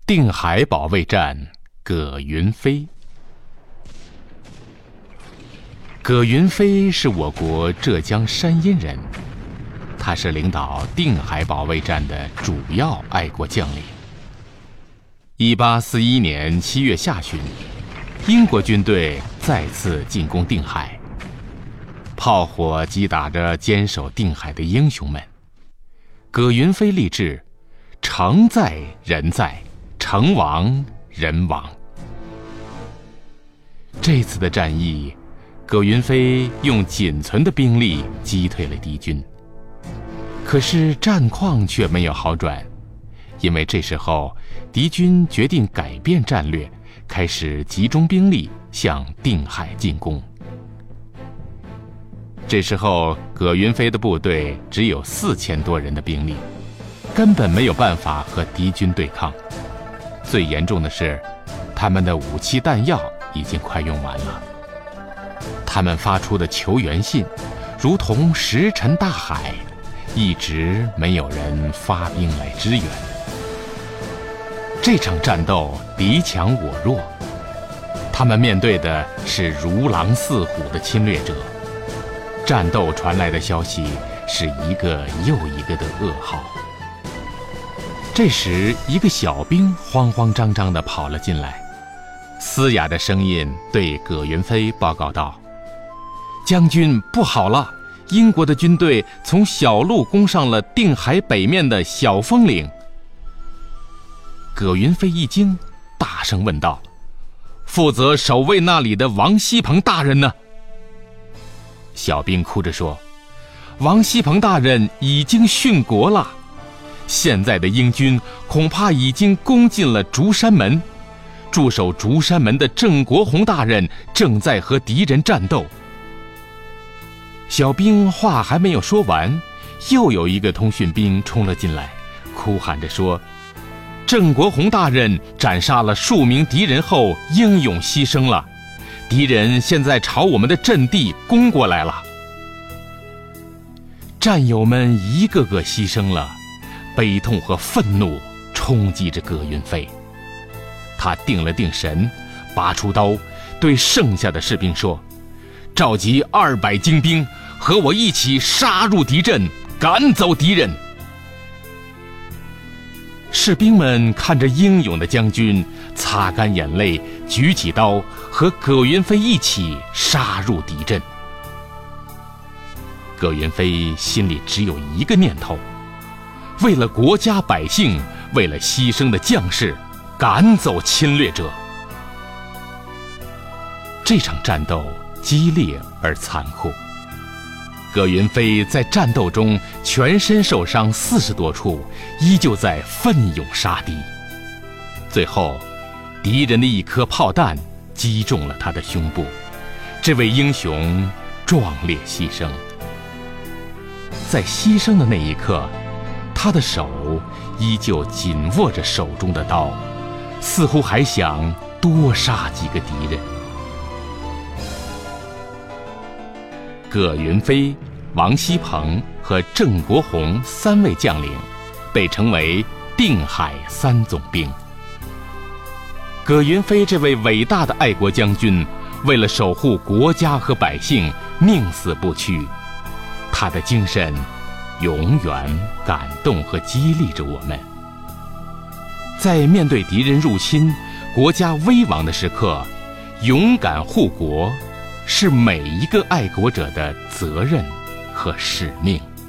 定海保卫战，葛云飞。葛云飞是我国浙江山阴人，他是领导定海保卫战的主要爱国将领。1841年7月下旬，英国军队再次进攻定海，炮火击打着坚守定海的英雄们。葛云飞立志：城在人在，城亡人亡。这次的战役，葛云飞用仅存的兵力击退了敌军。可是战况却没有好转，因为这时候敌军决定改变战略，开始集中兵力向定海进攻。这时候葛云飞的部队只有4000多人的兵力，根本没有办法和敌军对抗。最严重的是，他们的武器弹药已经快用完了。他们发出的求援信如同石沉大海，一直没有人发兵来支援。这场战斗敌强我弱，他们面对的是如狼似虎的侵略者。战斗传来的消息是一个又一个的噩耗。这时，一个小兵慌慌张张地跑了进来，嘶哑的声音对葛云飞报告道：“将军，不好了！英国的军队从小路攻上了定海北面的小风岭。”葛云飞一惊，大声问道：“负责守卫那里的王锡鹏大人呢？”小兵哭着说：“王锡鹏大人已经殉国了，现在的英军恐怕已经攻进了竹山门，驻守竹山门的郑国洪大人正在和敌人战斗。”小兵话还没有说完，又有一个通讯兵冲了进来，哭喊着说：“郑国洪大人斩杀了数名敌人后英勇牺牲了，敌人现在朝我们的阵地攻过来了。”战友们一个个牺牲了，悲痛和愤怒冲击着葛云飞。他定了定神，拔出刀，对剩下的士兵说：“召集200精兵，和我一起杀入敌阵，赶走敌人。”士兵们看着英勇的将军，擦干眼泪，举起刀，和葛云飞一起杀入敌阵。葛云飞心里只有一个念头：为了国家百姓，为了牺牲的将士，赶走侵略者。这场战斗激烈而残酷，葛云飞在战斗中全身受伤40多处，依旧在奋勇杀敌。最后，敌人的一颗炮弹击中了他的胸部，这位英雄壮烈牺牲。在牺牲的那一刻，他的手依旧紧握着手中的刀，似乎还想多杀几个敌人。葛云飞、王锡鹏和郑国洪3位将领被称为定海3总兵。葛云飞这位伟大的爱国将军，为了守护国家和百姓，宁死不屈。他的精神永远感动和激励着我们。在面对敌人入侵、国家危亡的时刻，勇敢护国是每一个爱国者的责任和使命。